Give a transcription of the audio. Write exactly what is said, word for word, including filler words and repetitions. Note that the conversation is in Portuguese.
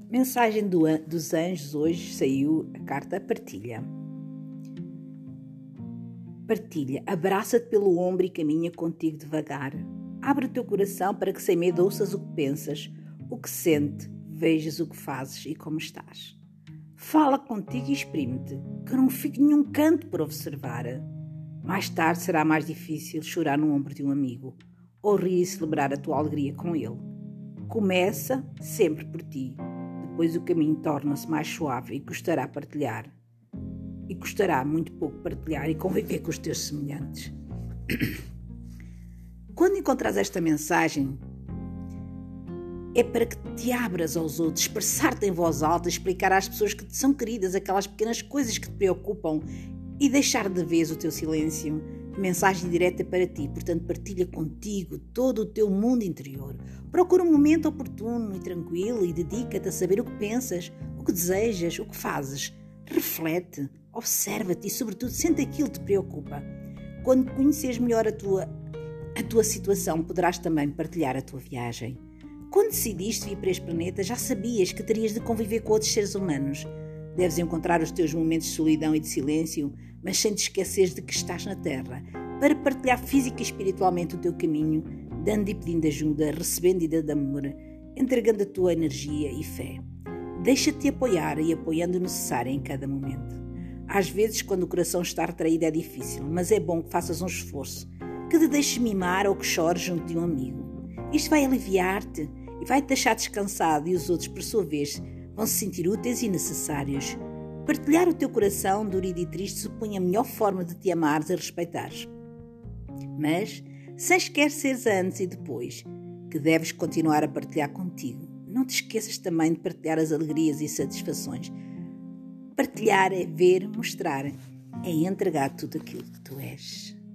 Mensagem do an- dos anjos. Hoje saiu a carta Partilha. Partilha, abraça-te pelo ombro e caminha contigo devagar. Abre o teu coração para que sem medo ouças o que pensas, o que sentes, vejas o que fazes e como estás. Fala contigo e exprime-te, que não fique nenhum canto por observar. Mais tarde será mais difícil chorar no ombro de um amigo, ou rir e celebrar a tua alegria com ele. Começa sempre por ti, depois o caminho torna-se mais suave e custará partilhar. E custará muito pouco partilhar e conviver com os teus semelhantes. Quando encontras esta mensagem, é para que te abras aos outros, expressar-te em voz alta, explicar às pessoas que te são queridas aquelas pequenas coisas que te preocupam e deixar de vez o teu silêncio. Mensagem direta para ti, portanto partilha contigo todo o teu mundo interior. Procura um momento oportuno e tranquilo e dedica-te a saber o que pensas, o que desejas, o que fazes. Reflete, observa-te e sobretudo sente aquilo que te preocupa. Quando conheceres melhor a tua, a tua situação, poderás também partilhar a tua viagem. Quando decidiste vir para este planeta, já sabias que terias de conviver com outros seres humanos. Deves encontrar os teus momentos de solidão e de silêncio, mas sem te esqueceres de que estás na Terra, para partilhar física e espiritualmente o teu caminho, dando e pedindo ajuda, recebendo e dando amor, entregando a tua energia e fé. Deixa-te apoiar e apoiando o necessário em cada momento. Às vezes, quando o coração está retraído, é difícil, mas é bom que faças um esforço, que te deixes mimar ou que chores junto de um amigo. Isto vai aliviar-te e vai-te deixar descansado e os outros, por sua vez, vão se sentir úteis e necessários. Partilhar o teu coração dorido e triste supõe a melhor forma de te amares e respeitares. Mas, sem esqueceres antes e depois, que deves continuar a partilhar contigo. Não te esqueças também de partilhar as alegrias e satisfações. Partilhar é ver, mostrar, é entregar tudo aquilo que tu és.